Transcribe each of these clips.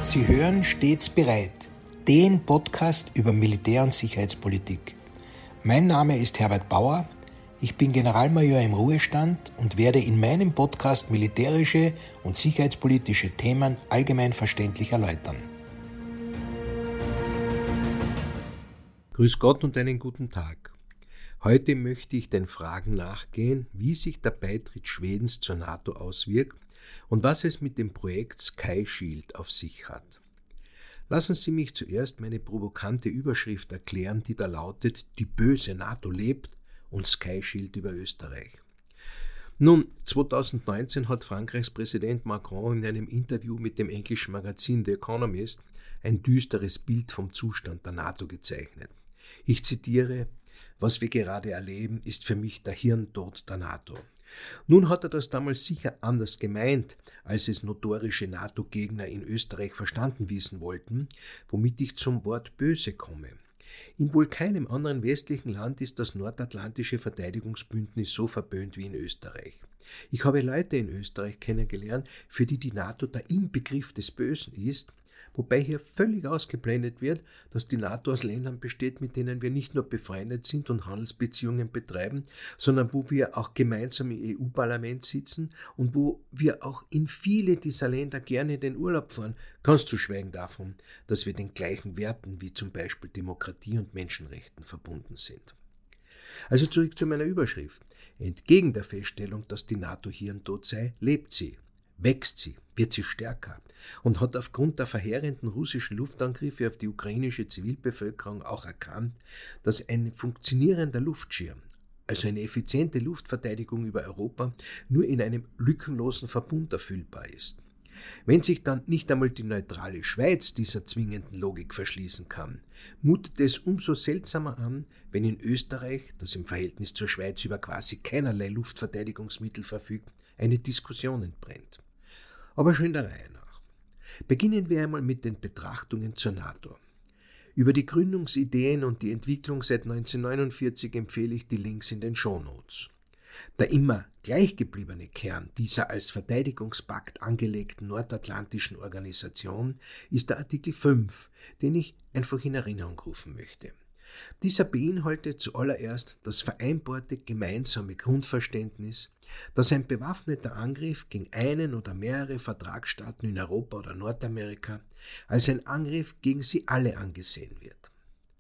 Sie hören stets bereit, den Podcast über Militär- und Sicherheitspolitik. Mein Name ist Herbert Bauer, ich bin Generalmajor im Ruhestand und werde in meinem Podcast militärische und sicherheitspolitische Themen allgemein verständlich erläutern. Grüß Gott und einen guten Tag. Heute möchte ich den Fragen nachgehen, wie sich der Beitritt Schwedens zur NATO auswirkt und was es mit dem Projekt Sky Shield auf sich hat. Lassen Sie mich zuerst meine provokante Überschrift erklären, die da lautet: Die böse NATO lebt und Sky Shield über Österreich. Nun, 2019 hat Frankreichs Präsident Macron in einem Interview mit dem englischen Magazin The Economist ein düsteres Bild vom Zustand der NATO gezeichnet. Ich zitiere: Was wir gerade erleben, ist für mich der Hirntod der NATO. Nun hat er das damals sicher anders gemeint, als es notorische NATO-Gegner in Österreich verstanden wissen wollten, womit ich zum Wort böse komme. In wohl keinem anderen westlichen Land ist das nordatlantische Verteidigungsbündnis so verböhnt wie in Österreich. Ich habe Leute in Österreich kennengelernt, für die die NATO der Inbegriff des Bösen ist, wobei hier völlig ausgeblendet wird, dass die NATO aus Ländern besteht, mit denen wir nicht nur befreundet sind und Handelsbeziehungen betreiben, sondern wo wir auch gemeinsam im EU-Parlament sitzen und wo wir auch in viele dieser Länder gerne in den Urlaub fahren, ganz zu schweigen davon, dass wir den gleichen Werten wie zum Beispiel Demokratie und Menschenrechten verbunden sind. Also zurück zu meiner Überschrift. Entgegen der Feststellung, dass die NATO hirntot sei, lebt sie. Wächst sie, wird sie stärker und hat aufgrund der verheerenden russischen Luftangriffe auf die ukrainische Zivilbevölkerung auch erkannt, dass ein funktionierender Luftschirm, also eine effiziente Luftverteidigung über Europa, nur in einem lückenlosen Verbund erfüllbar ist. Wenn sich dann nicht einmal die neutrale Schweiz dieser zwingenden Logik verschließen kann, mutet es umso seltsamer an, wenn in Österreich, das im Verhältnis zur Schweiz über quasi keinerlei Luftverteidigungsmittel verfügt, eine Diskussion entbrennt. Aber schön der Reihe nach. Beginnen wir einmal mit den Betrachtungen zur NATO. Über die Gründungsideen und die Entwicklung seit 1949 empfehle ich die Links in den Shownotes. Der immer gleichgebliebene Kern dieser als Verteidigungspakt angelegten nordatlantischen Organisation ist der Artikel 5, den ich einfach in Erinnerung rufen möchte. Dieser beinhaltet zuallererst das vereinbarte gemeinsame Grundverständnis, dass ein bewaffneter Angriff gegen einen oder mehrere Vertragsstaaten in Europa oder Nordamerika als ein Angriff gegen sie alle angesehen wird.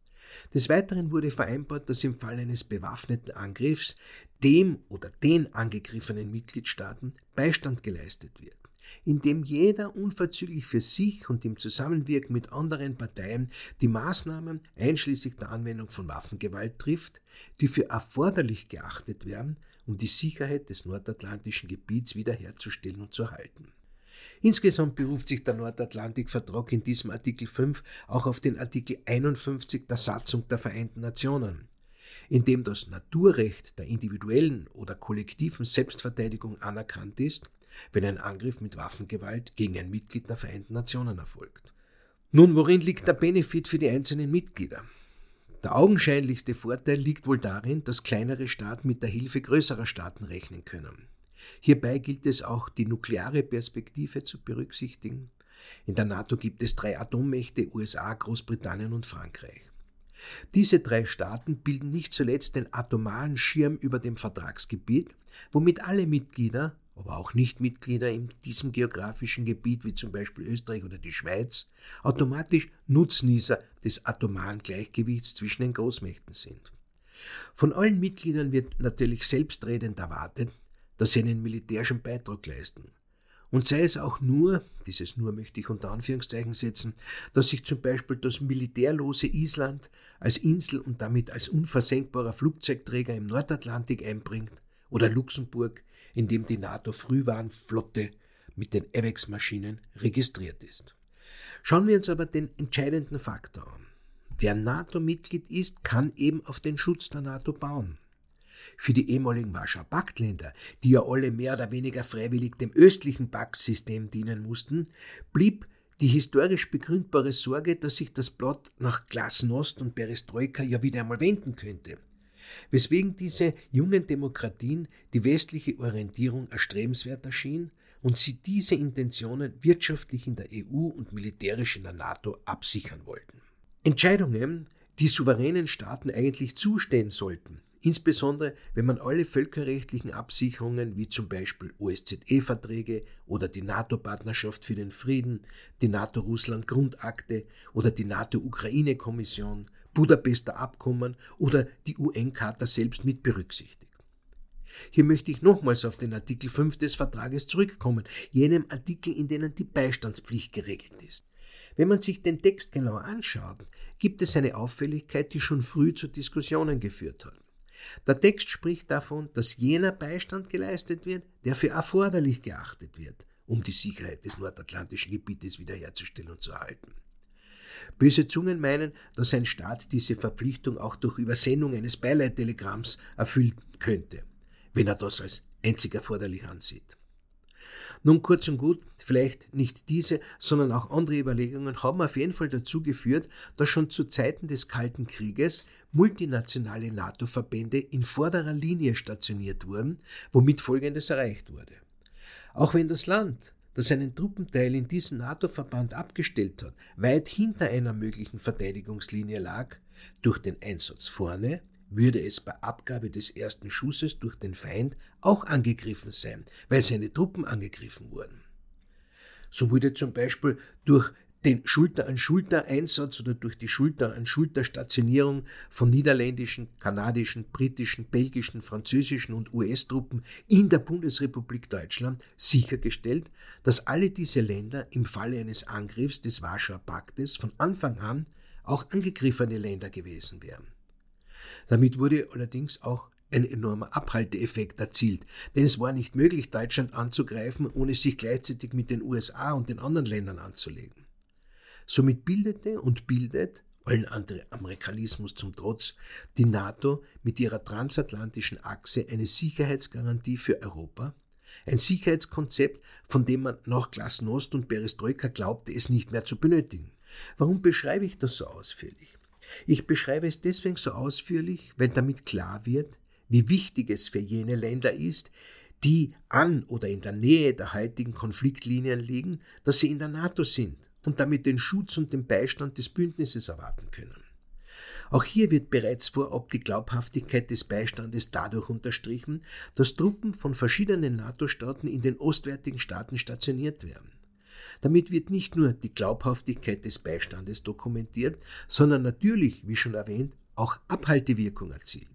Des Weiteren wurde vereinbart, dass im Fall eines bewaffneten Angriffs dem oder den angegriffenen Mitgliedstaaten Beistand geleistet wird, indem jeder unverzüglich für sich und im Zusammenwirken mit anderen Parteien die Maßnahmen einschließlich der Anwendung von Waffengewalt trifft, die für erforderlich geachtet werden, um die Sicherheit des nordatlantischen Gebiets wiederherzustellen und zu erhalten. Insgesamt beruft sich der Nordatlantikvertrag in diesem Artikel 5 auch auf den Artikel 51 der Satzung der Vereinten Nationen, in dem das Naturrecht der individuellen oder kollektiven Selbstverteidigung anerkannt ist, wenn ein Angriff mit Waffengewalt gegen ein Mitglied der Vereinten Nationen erfolgt. Nun, worin liegt der Benefit für die einzelnen Mitglieder? Der augenscheinlichste Vorteil liegt wohl darin, dass kleinere Staaten mit der Hilfe größerer Staaten rechnen können. Hierbei gilt es auch, die nukleare Perspektive zu berücksichtigen. In der NATO gibt es 3 Atommächte, USA, Großbritannien und Frankreich. Diese 3 Staaten bilden nicht zuletzt den atomaren Schirm über dem Vertragsgebiet, womit alle Mitglieder, aber auch Nichtmitglieder in diesem geografischen Gebiet, wie zum Beispiel Österreich oder die Schweiz, automatisch Nutznießer des atomaren Gleichgewichts zwischen den Großmächten sind. Von allen Mitgliedern wird natürlich selbstredend erwartet, dass sie einen militärischen Beitrag leisten. Und sei es auch nur, dieses nur möchte ich unter Anführungszeichen setzen, dass sich zum Beispiel das militärlose Island als Insel und damit als unversenkbarer Flugzeugträger im Nordatlantik einbringt, oder Luxemburg, in dem die NATO-Frühwarnflotte mit den AWACS-Maschinen registriert ist. Schauen wir uns aber den entscheidenden Faktor an. Wer NATO-Mitglied ist, kann eben auf den Schutz der NATO bauen. Für die ehemaligen Warschauer Paktländer, die ja alle mehr oder weniger freiwillig dem östlichen Paktsystem dienen mussten, blieb die historisch begründbare Sorge, dass sich das Blatt nach Glasnost und Perestroika ja wieder einmal wenden könnte. Weswegen diese jungen Demokratien die westliche Orientierung erstrebenswert erschien und sie diese Intentionen wirtschaftlich in der EU und militärisch in der NATO absichern wollten. Entscheidungen, die souveränen Staaten eigentlich zustehen sollten, insbesondere wenn man alle völkerrechtlichen Absicherungen wie zum Beispiel OSZE-Verträge oder die NATO-Partnerschaft für den Frieden, die NATO-Russland-Grundakte oder die NATO-Ukraine-Kommission, Budapester Abkommen oder die UN-Charta selbst mit berücksichtigt. Hier möchte ich nochmals auf den Artikel 5 des Vertrages zurückkommen, jenem Artikel, in dem die Beistandspflicht geregelt ist. Wenn man sich den Text genauer anschaut, gibt es eine Auffälligkeit, die schon früh zu Diskussionen geführt hat. Der Text spricht davon, dass jener Beistand geleistet wird, der für erforderlich geachtet wird, um die Sicherheit des nordatlantischen Gebietes wiederherzustellen und zu erhalten. Böse Zungen meinen, dass ein Staat diese Verpflichtung auch durch Übersendung eines Beileidtelegramms erfüllen könnte, wenn er das als einzig erforderlich ansieht. Nun kurz und gut, vielleicht nicht diese, sondern auch andere Überlegungen haben auf jeden Fall dazu geführt, dass schon zu Zeiten des Kalten Krieges multinationale NATO-Verbände in vorderer Linie stationiert wurden, womit Folgendes erreicht wurde. Auch wenn das Land, das einen Truppenteil in diesen NATO-Verband abgestellt hat, weit hinter einer möglichen Verteidigungslinie lag, durch den Einsatz vorne, würde es bei Abgabe des ersten Schusses durch den Feind auch angegriffen sein, weil seine Truppen angegriffen wurden. So wurde zum Beispiel durch den Schulter-an-Schulter-Einsatz oder durch die Schulter-an-Schulter-Stationierung von niederländischen, kanadischen, britischen, belgischen, französischen und US-Truppen in der Bundesrepublik Deutschland sichergestellt, dass alle diese Länder im Falle eines Angriffs des Warschauer Paktes von Anfang an auch angegriffene Länder gewesen wären. Damit wurde allerdings auch ein enormer Abhalteeffekt erzielt, denn es war nicht möglich, Deutschland anzugreifen, ohne sich gleichzeitig mit den USA und den anderen Ländern anzulegen. Somit bildete und bildet, allen Amerikanismus zum Trotz, die NATO mit ihrer transatlantischen Achse eine Sicherheitsgarantie für Europa, ein Sicherheitskonzept, von dem man nach Glasnost und Perestroika glaubte, es nicht mehr zu benötigen. Warum beschreibe ich das so ausführlich? Ich beschreibe es deswegen so ausführlich, weil damit klar wird, wie wichtig es für jene Länder ist, die an oder in der Nähe der heutigen Konfliktlinien liegen, dass sie in der NATO sind und damit den Schutz und den Beistand des Bündnisses erwarten können. Auch hier wird bereits vorab die Glaubhaftigkeit des Beistandes dadurch unterstrichen, dass Truppen von verschiedenen NATO-Staaten in den ostwärtigen Staaten stationiert werden. Damit wird nicht nur die Glaubhaftigkeit des Beistandes dokumentiert, sondern natürlich, wie schon erwähnt, auch Abhaltewirkung erzielt.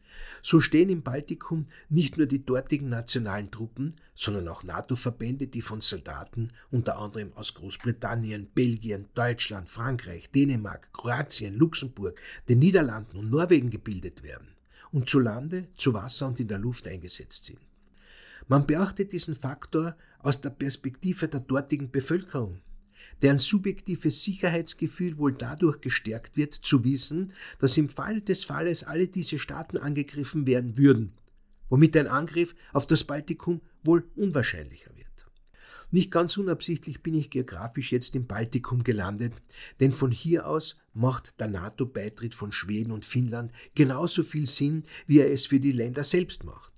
So stehen im Baltikum nicht nur die dortigen nationalen Truppen, sondern auch NATO-Verbände, die von Soldaten unter anderem aus Großbritannien, Belgien, Deutschland, Frankreich, Dänemark, Kroatien, Luxemburg, den Niederlanden und Norwegen gebildet werden und zu Lande, zu Wasser und in der Luft eingesetzt sind. Man beachtet diesen Faktor aus der Perspektive der dortigen Bevölkerung, deren subjektives Sicherheitsgefühl wohl dadurch gestärkt wird, zu wissen, dass im Fall des Falles alle diese Staaten angegriffen werden würden, womit ein Angriff auf das Baltikum wohl unwahrscheinlicher wird. Nicht ganz unabsichtlich bin ich geografisch jetzt im Baltikum gelandet, denn von hier aus macht der NATO-Beitritt von Schweden und Finnland genauso viel Sinn, wie er es für die Länder selbst macht.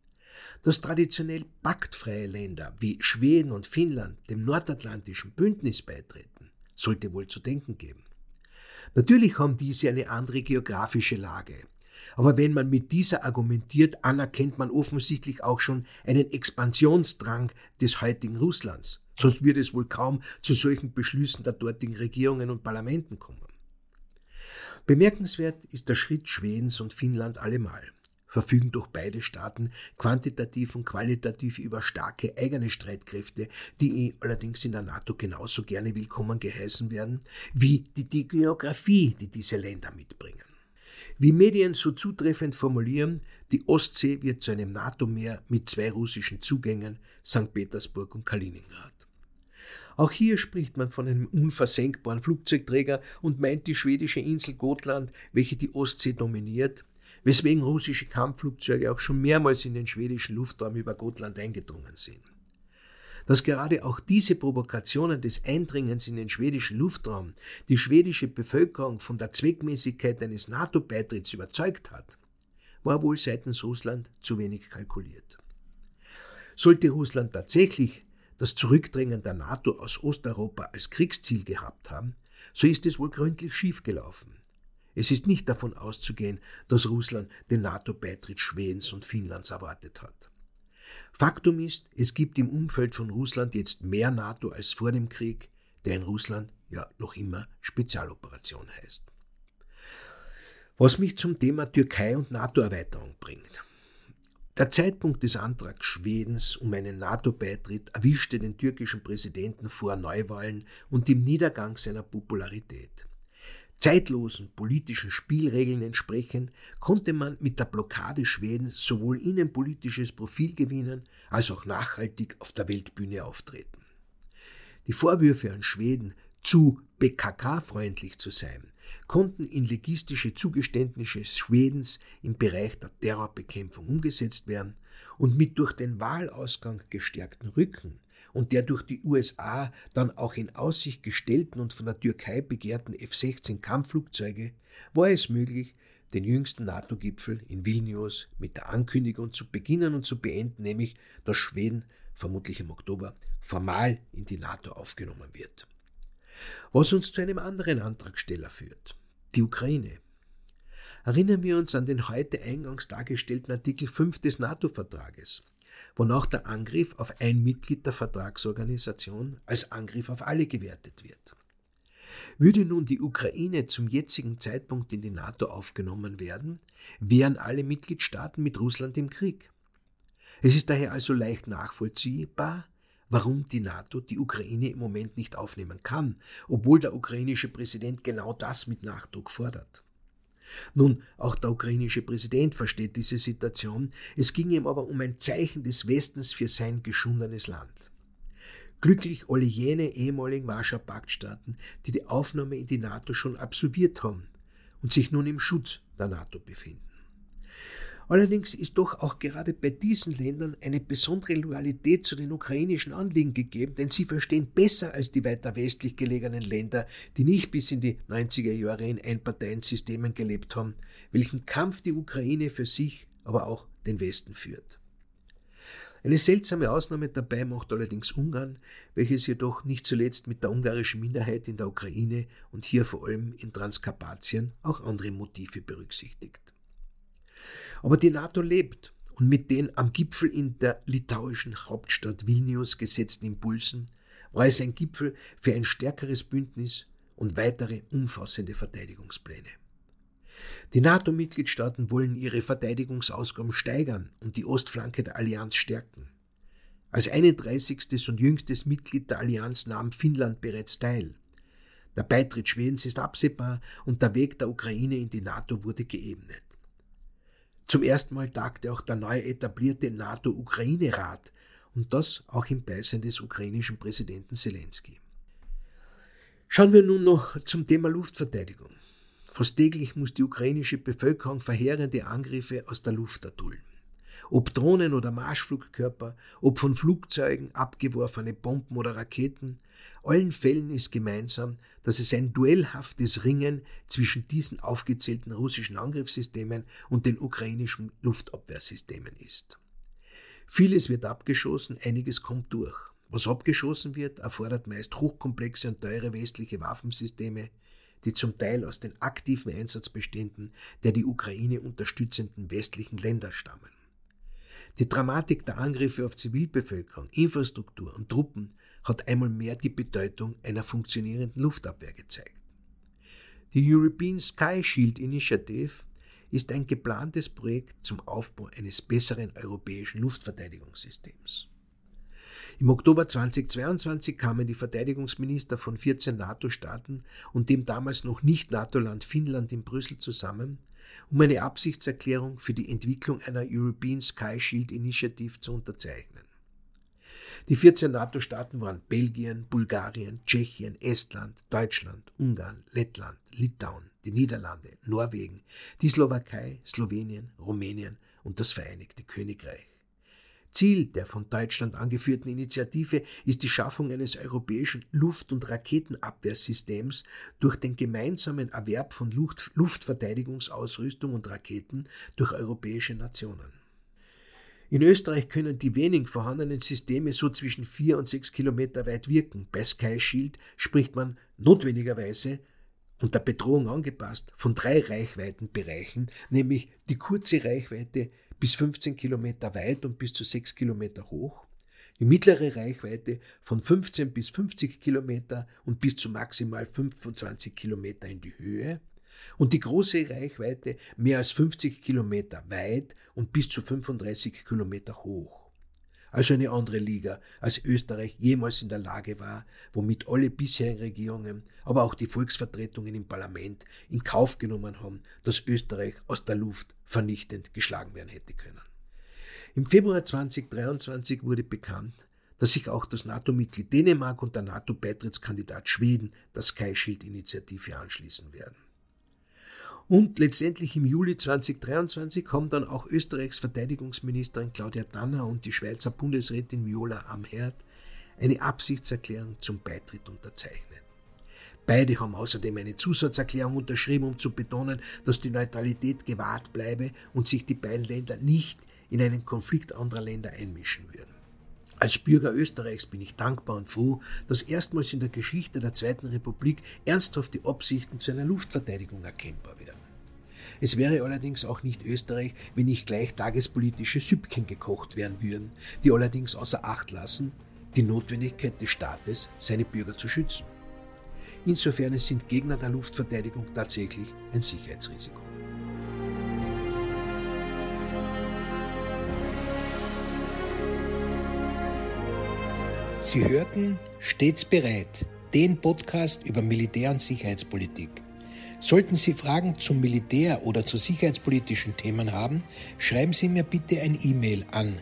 Dass traditionell paktfreie Länder wie Schweden und Finnland dem nordatlantischen Bündnis beitreten, sollte wohl zu denken geben. Natürlich haben diese eine andere geografische Lage, aber wenn man mit dieser argumentiert, anerkennt man offensichtlich auch schon einen Expansionsdrang des heutigen Russlands, sonst wird es wohl kaum zu solchen Beschlüssen der dortigen Regierungen und Parlamenten kommen. Bemerkenswert ist der Schritt Schwedens und Finnland allemal. Verfügen durch beide Staaten quantitativ und qualitativ über starke eigene Streitkräfte, die allerdings in der NATO genauso gerne willkommen geheißen werden, wie die Geografie, die diese Länder mitbringen. Wie Medien so zutreffend formulieren, die Ostsee wird zu einem NATO-Meer mit 2 russischen Zugängen, St. Petersburg und Kaliningrad. Auch hier spricht man von einem unversenkbaren Flugzeugträger und meint die schwedische Insel Gotland, welche die Ostsee dominiert, weswegen russische Kampfflugzeuge auch schon mehrmals in den schwedischen Luftraum über Gotland eingedrungen sind. Dass gerade auch diese Provokationen des Eindringens in den schwedischen Luftraum die schwedische Bevölkerung von der Zweckmäßigkeit eines NATO-Beitritts überzeugt hat, war wohl seitens Russland zu wenig kalkuliert. Sollte Russland tatsächlich das Zurückdrängen der NATO aus Osteuropa als Kriegsziel gehabt haben, so ist es wohl gründlich schiefgelaufen. Es ist nicht davon auszugehen, dass Russland den NATO-Beitritt Schwedens und Finnlands erwartet hat. Faktum ist, es gibt im Umfeld von Russland jetzt mehr NATO als vor dem Krieg, der in Russland ja noch immer Spezialoperation heißt. Was mich zum Thema Türkei und NATO-Erweiterung bringt. Der Zeitpunkt des Antrags Schwedens um einen NATO-Beitritt erwischte den türkischen Präsidenten vor Neuwahlen und dem Niedergang seiner Popularität. Zeitlosen politischen Spielregeln entsprechend konnte man mit der Blockade Schwedens sowohl innenpolitisches Profil gewinnen, als auch nachhaltig auf der Weltbühne auftreten. Die Vorwürfe an Schweden, zu PKK-freundlich zu sein, konnten in legistische Zugeständnisse Schwedens im Bereich der Terrorbekämpfung umgesetzt werden und mit durch den Wahlausgang gestärkten Rücken und der durch die USA dann auch in Aussicht gestellten und von der Türkei begehrten F-16 Kampfflugzeuge war es möglich, den jüngsten NATO-Gipfel in Vilnius mit der Ankündigung zu beginnen und zu beenden, nämlich dass Schweden vermutlich im Oktober formal in die NATO aufgenommen wird. Was uns zu einem anderen Antragsteller führt, die Ukraine. Erinnern wir uns an den heute eingangs dargestellten Artikel 5 des NATO-Vertrages, wonach der Angriff auf ein Mitglied der Vertragsorganisation als Angriff auf alle gewertet wird. Würde nun die Ukraine zum jetzigen Zeitpunkt in die NATO aufgenommen werden, wären alle Mitgliedstaaten mit Russland im Krieg. Es ist daher also leicht nachvollziehbar, warum die NATO die Ukraine im Moment nicht aufnehmen kann, obwohl der ukrainische Präsident genau das mit Nachdruck fordert. Nun, auch der ukrainische Präsident versteht diese Situation, es ging ihm aber um ein Zeichen des Westens für sein geschundenes Land. Glücklich alle jene ehemaligen Warschauer Paktstaaten, die die Aufnahme in die NATO schon absolviert haben und sich nun im Schutz der NATO befinden. Allerdings ist doch auch gerade bei diesen Ländern eine besondere Loyalität zu den ukrainischen Anliegen gegeben, denn sie verstehen besser als die weiter westlich gelegenen Länder, die nicht bis in die 90er Jahre in Einparteiensystemen gelebt haben, welchen Kampf die Ukraine für sich, aber auch den Westen führt. Eine seltsame Ausnahme dabei macht allerdings Ungarn, welches jedoch nicht zuletzt mit der ungarischen Minderheit in der Ukraine und hier vor allem in Transkarpatien auch andere Motive berücksichtigt. Aber die NATO lebt und mit den am Gipfel in der litauischen Hauptstadt Vilnius gesetzten Impulsen war es ein Gipfel für ein stärkeres Bündnis und weitere umfassende Verteidigungspläne. Die NATO-Mitgliedstaaten wollen ihre Verteidigungsausgaben steigern und die Ostflanke der Allianz stärken. Als 31. und jüngstes Mitglied der Allianz nahm Finnland bereits teil. Der Beitritt Schwedens ist absehbar und der Weg der Ukraine in die NATO wurde geebnet. Zum ersten Mal tagte auch der neu etablierte NATO-Ukraine-Rat und das auch im Beisein des ukrainischen Präsidenten Selenskyj. Schauen wir nun noch zum Thema Luftverteidigung. Fast täglich muss die ukrainische Bevölkerung verheerende Angriffe aus der Luft erdulden. Ob Drohnen oder Marschflugkörper, ob von Flugzeugen abgeworfene Bomben oder Raketen, allen Fällen ist gemeinsam, dass es ein duellhaftes Ringen zwischen diesen aufgezählten russischen Angriffssystemen und den ukrainischen Luftabwehrsystemen ist. Vieles wird abgeschossen, einiges kommt durch. Was abgeschossen wird, erfordert meist hochkomplexe und teure westliche Waffensysteme, die zum Teil aus den aktiven Einsatzbeständen der die Ukraine unterstützenden westlichen Länder stammen. Die Dramatik der Angriffe auf Zivilbevölkerung, Infrastruktur und Truppen hat einmal mehr die Bedeutung einer funktionierenden Luftabwehr gezeigt. Die European Sky Shield Initiative ist ein geplantes Projekt zum Aufbau eines besseren europäischen Luftverteidigungssystems. Im Oktober 2022 kamen die Verteidigungsminister von 14 NATO-Staaten und dem damals noch nicht NATO-Land Finnland in Brüssel zusammen, um eine Absichtserklärung für die Entwicklung einer European Sky Shield Initiative zu unterzeichnen. Die 14 NATO-Staaten waren Belgien, Bulgarien, Tschechien, Estland, Deutschland, Ungarn, Lettland, Litauen, die Niederlande, Norwegen, die Slowakei, Slowenien, Rumänien und das Vereinigte Königreich. Ziel der von Deutschland angeführten Initiative ist die Schaffung eines europäischen Luft- und Raketenabwehrsystems durch den gemeinsamen Erwerb von Luftverteidigungsausrüstung und Raketen durch europäische Nationen. In Österreich können die wenig vorhandenen Systeme so zwischen 4 und 6 Kilometer weit wirken. Bei Sky Shield spricht man notwendigerweise und der Bedrohung angepasst von 3 Reichweitenbereichen, nämlich die kurze Reichweite bis 15 Kilometer weit und bis zu 6 Kilometer hoch, die mittlere Reichweite von 15 bis 50 Kilometer und bis zu maximal 25 Kilometer in die Höhe und die große Reichweite mehr als 50 Kilometer weit und bis zu 35 Kilometer hoch. Also eine andere Liga, als Österreich jemals in der Lage war, womit alle bisherigen Regierungen, aber auch die Volksvertretungen im Parlament in Kauf genommen haben, dass Österreich aus der Luft vernichtend geschlagen werden hätte können. Im Februar 2023 wurde bekannt, dass sich auch das NATO-Mitglied Dänemark und der NATO-Beitrittskandidat Schweden der Sky Shield-Initiative anschließen werden. Und letztendlich im Juli 2023 haben dann auch Österreichs Verteidigungsministerin Claudia Tanner und die Schweizer Bundesrätin Viola Amherd eine Absichtserklärung zum Beitritt unterzeichnet. Beide haben außerdem eine Zusatzerklärung unterschrieben, um zu betonen, dass die Neutralität gewahrt bleibe und sich die beiden Länder nicht in einen Konflikt anderer Länder einmischen würden. Als Bürger Österreichs bin ich dankbar und froh, dass erstmals in der Geschichte der Zweiten Republik ernsthafte Absichten zu einer Luftverteidigung erkennbar werden. Es wäre allerdings auch nicht Österreich, wenn nicht gleich tagespolitische Süppchen gekocht werden würden, die allerdings außer Acht lassen, die Notwendigkeit des Staates, seine Bürger zu schützen. Insofern sind Gegner der Luftverteidigung tatsächlich ein Sicherheitsrisiko. Sie hörten Stets bereit, den Podcast über Militär- und Sicherheitspolitik. Sollten Sie Fragen zum Militär oder zu sicherheitspolitischen Themen haben, schreiben Sie mir bitte ein E-Mail an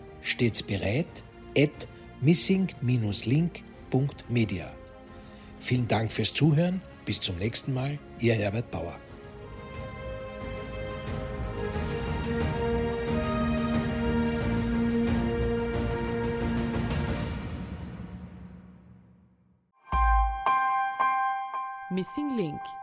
stetsbereit@missing-link.media. Vielen Dank fürs Zuhören. Bis zum nächsten Mal. Ihr Herbert Bauer. Missing Link